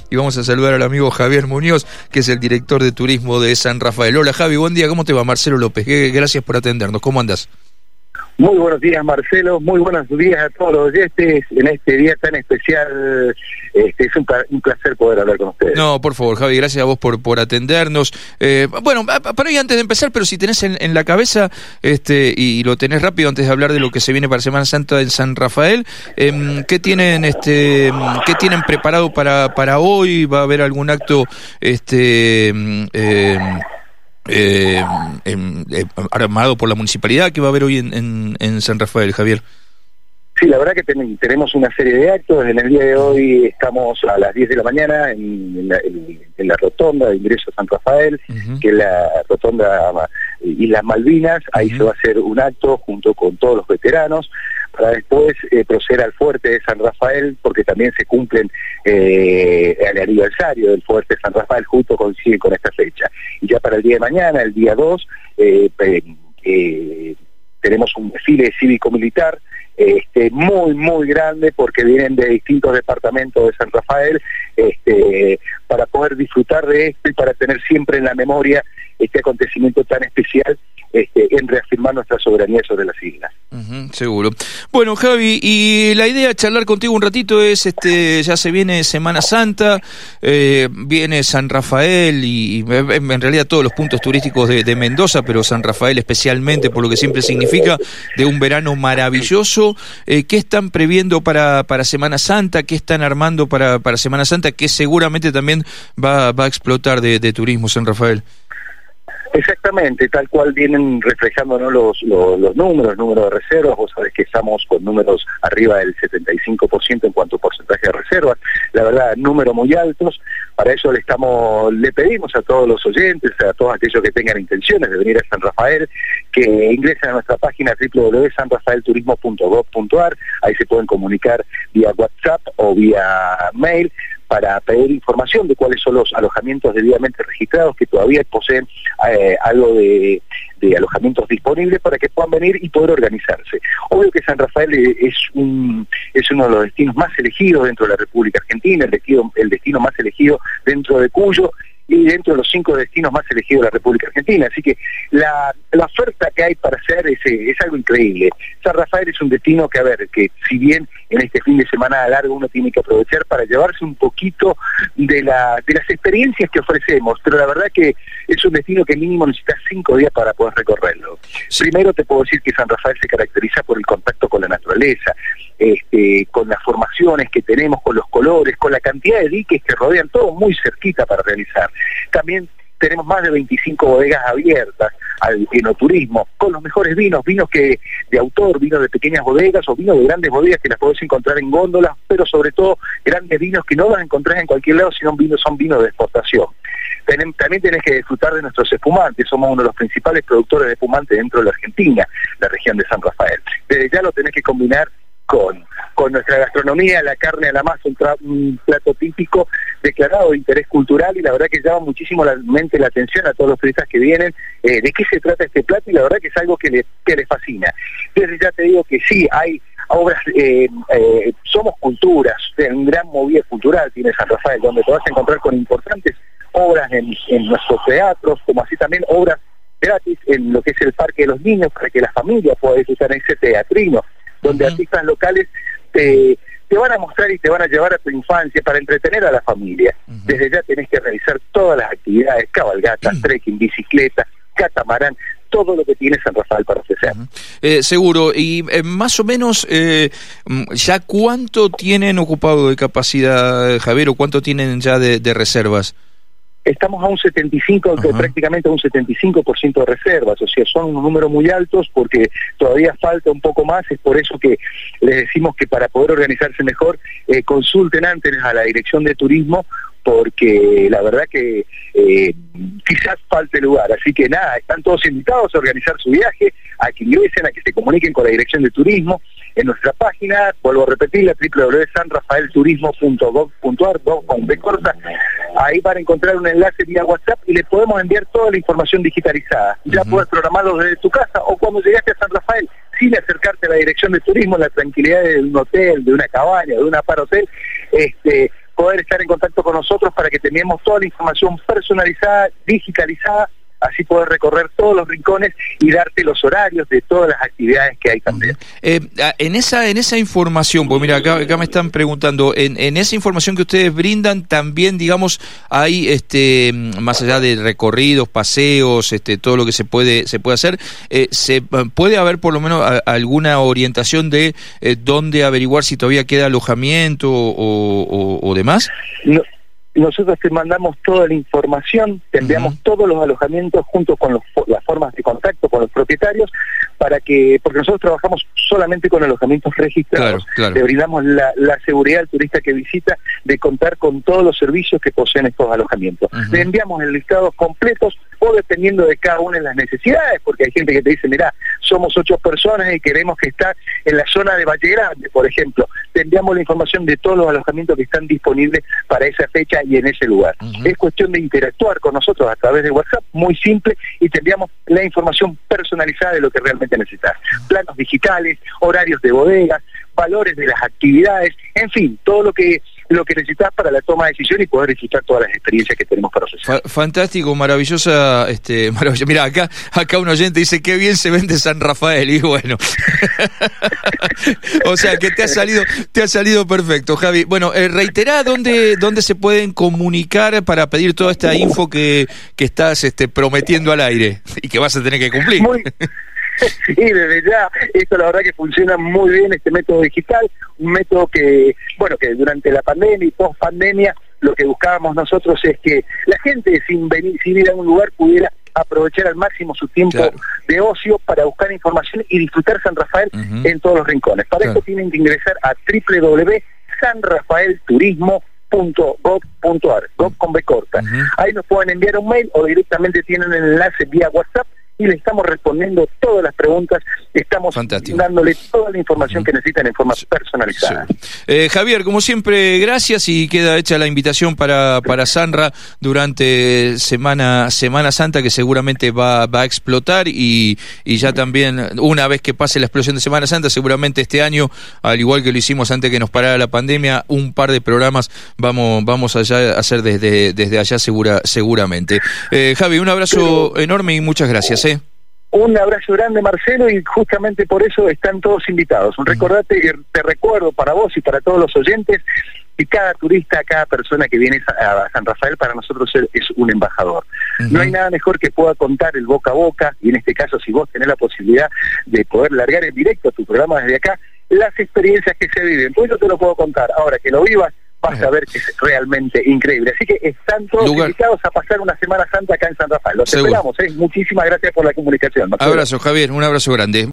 y vamos a saludar al amigo Javier Muñoz, que es el director de turismo de San Rafael. Hola Javi, buen día, ¿cómo te va? Marcelo López, gracias por atendernos, ¿cómo andás? Muy buenos días, Marcelo, muy buenos días a todos los oyentes en este día tan especial. Es un placer poder hablar con ustedes. No, por favor, Javi, gracias a vos por atendernos. Bueno, para ahí antes de empezar, pero si tenés en la cabeza, y lo tenés rápido antes de hablar de lo que se viene para Semana Santa en San Rafael, ¿qué tienen preparado para hoy? ¿Va a haber algún acto armado por la municipalidad que va a haber hoy en San Rafael, Javier? Sí, la verdad que tenemos una serie de actos. En el día de hoy estamos a las 10 de la mañana en la rotonda de ingreso a San Rafael, que es la rotonda Islas Malvinas. Ahí se va a hacer un acto junto con todos los veteranos, para después proceder al fuerte de San Rafael, porque también se cumplen el aniversario del fuerte de San Rafael, justo coincide con esta fecha. Y ya para el día de mañana, el día 2, tenemos un desfile cívico-militar muy grande, porque vienen de distintos departamentos de San Rafael, para poder disfrutar de esto y para tener siempre en la memoria este acontecimiento tan especial, en reafirmar nuestra soberanía sobre las islas. Seguro. Bueno, Javi, y la idea de charlar contigo un ratito es, ya se viene Semana Santa, viene San Rafael y en realidad todos los puntos turísticos de Mendoza, pero San Rafael especialmente por lo que siempre significa, de un verano maravilloso. ¿Qué están previendo para Semana Santa? ¿Qué están armando para Semana Santa? Que seguramente también va a explotar de turismo San Rafael. Exactamente, tal cual vienen reflejándonos los números de reservas. Vos sabés que estamos con números arriba del 75% en cuanto a porcentaje de reservas. La verdad, números muy altos. Para eso le pedimos a todos los oyentes, a todos aquellos que tengan intenciones de venir a San Rafael, que ingresen a nuestra página www.sanrafaelturismo.gov.ar. Ahí se pueden comunicar vía WhatsApp o vía mail para pedir información de cuáles son los alojamientos debidamente registrados que todavía poseen algo de alojamientos disponibles para que puedan venir y poder organizarse. Obvio que San Rafael es uno de los destinos más elegidos dentro de la República Argentina, el destino más elegido dentro de Cuyo y dentro de los 5 destinos más elegidos de la República Argentina. Así que la oferta que hay para hacer es algo increíble. San Rafael es un destino que si bien en este fin de semana largo uno tiene que aprovechar para llevarse un poquito de las experiencias que ofrecemos, pero la verdad que es un destino que mínimo necesitas 5 días para poder recorrerlo. Sí. Primero te puedo decir que San Rafael se caracteriza por el contacto con la naturaleza, con las formaciones que tenemos, con los colores, con la cantidad de diques que rodean, todo muy cerquita para realizar. También tenemos más de 25 bodegas abiertas al enoturismo, con los mejores vinos de autor, vinos de pequeñas bodegas o vinos de grandes bodegas que las podés encontrar en góndolas, pero sobre todo grandes vinos que no los encontrás en cualquier lado, sino son vinos de exportación. También tenés que disfrutar de nuestros espumantes. Somos uno de los principales productores de espumantes dentro de la Argentina, la región de San Rafael. Desde ya lo tenés que combinar con nuestra gastronomía, la carne a la masa, un plato típico declarado de interés cultural, y la verdad que llama muchísimo la atención a todos los turistas que vienen, de qué se trata este plato, y la verdad que es algo que les fascina. Desde ya te digo que sí, hay obras, somos culturas, una gran movida cultural tiene San Rafael, donde te vas a encontrar con importantes obras en nuestros teatros, como así también obras gratis en lo que es el Parque de los Niños, para que la familia pueda disfrutar ese teatrino, donde artistas locales te van a mostrar y te van a llevar a tu infancia para entretener a la familia. Desde ya tenés que realizar todas las actividades, cabalgatas, trekking, bicicleta, catamarán, todo lo que tiene San Rafael para ofrecer. Seguro. Y más o menos, ¿ya cuánto tienen ocupado de capacidad, Javier, o cuánto tienen ya de reservas? Estamos a un 75, prácticamente a un 75% de reservas, o sea, son unos números muy altos porque todavía falta un poco más. Es por eso que les decimos que para poder organizarse mejor, consulten antes a la Dirección de Turismo, porque la verdad que quizás falte lugar. Así que nada, están todos invitados a organizar su viaje, a que ingresen, a que se comuniquen con la Dirección de Turismo en nuestra página, vuelvo a repetirla, www.sanrafaelturismo.gov.ar, con B corta. Ahí van a encontrar un enlace vía WhatsApp y le podemos enviar toda la información digitalizada. Ya puedes programarlo desde tu casa o cuando llegaste a San Rafael, sin acercarte a la Dirección de Turismo, en la tranquilidad de un hotel, de una cabaña, de un aparhotel, poder estar en contacto con nosotros para que tengamos toda la información personalizada, digitalizada, así poder recorrer todos los rincones y darte los horarios de todas las actividades que hay también. En esa información, pues mira, acá me están preguntando, en esa información que ustedes brindan también, digamos, hay más allá de recorridos, paseos, todo lo que se puede hacer, se puede haber por lo menos alguna orientación de dónde averiguar si todavía queda alojamiento o demás. No. Nosotros te mandamos toda la información, te enviamos todos los alojamientos junto con las formas de contacto con los propietarios, porque nosotros trabajamos solamente con alojamientos registrados. Claro. Le brindamos la seguridad al turista que visita de contar con todos los servicios que poseen estos alojamientos. Le enviamos el listado completos o dependiendo de cada una de las necesidades, porque hay gente que te dice, mirá, somos 8 personas y queremos que estar en la zona de Valle Grande, por ejemplo. Te enviamos la información de todos los alojamientos que están disponibles para esa fecha y en ese lugar. Es cuestión de interactuar con nosotros a través de WhatsApp, muy simple, y te enviamos la información personalizada de lo que realmente necesitas. Planos digitales, horarios de bodegas, valores de las actividades, en fin, todo lo que necesitas para la toma de decisión y poder disfrutar todas las experiencias que tenemos para ofrecer. Fantástico, maravillosa, maravillosa. Mira, acá un oyente dice qué bien se vende San Rafael, y bueno. O sea que te ha salido perfecto, Javi. Bueno, reiterá dónde se pueden comunicar para pedir toda esta info que estás prometiendo al aire y que vas a tener que cumplir. Sí, desde ya, esto la verdad que funciona muy bien, este método digital, un método que durante la pandemia y post pandemia, lo que buscábamos nosotros es que la gente sin ir a un lugar pudiera aprovechar al máximo su tiempo de ocio para buscar información y disfrutar San Rafael en todos los rincones. Para esto tienen que ingresar a www.sanrafaelturismo.gov.ar, gov con B corta. Ahí nos pueden enviar un mail o directamente tienen el enlace vía WhatsApp y le estamos respondiendo todas las preguntas, estamos dándole toda la información que necesitan en forma personalizada. Javier, como siempre, gracias, y queda hecha la invitación para Sanra durante Semana Santa, que seguramente va a explotar, y ya también, una vez que pase la explosión de Semana Santa, seguramente este año, al igual que lo hicimos antes que nos parara la pandemia, un par de programas vamos a hacer desde allá seguramente. Javi, un abrazo enorme y muchas gracias. Un abrazo grande, Marcelo, y justamente por eso están todos invitados. Recordate, te recuerdo para vos y para todos los oyentes, que cada turista, cada persona que viene a San Rafael para nosotros es un embajador. No hay nada mejor que pueda contar el boca a boca, y en este caso si vos tenés la posibilidad de poder largar en directo tu programa desde acá, las experiencias que se viven. Pues yo te lo puedo contar. Ahora que lo vivas, vas a ver que es realmente increíble. Así que están todos invitados a pasar una Semana Santa acá en San Rafael. Los esperamos. Muchísimas gracias por la comunicación. Abrazo, Javier, un abrazo grande.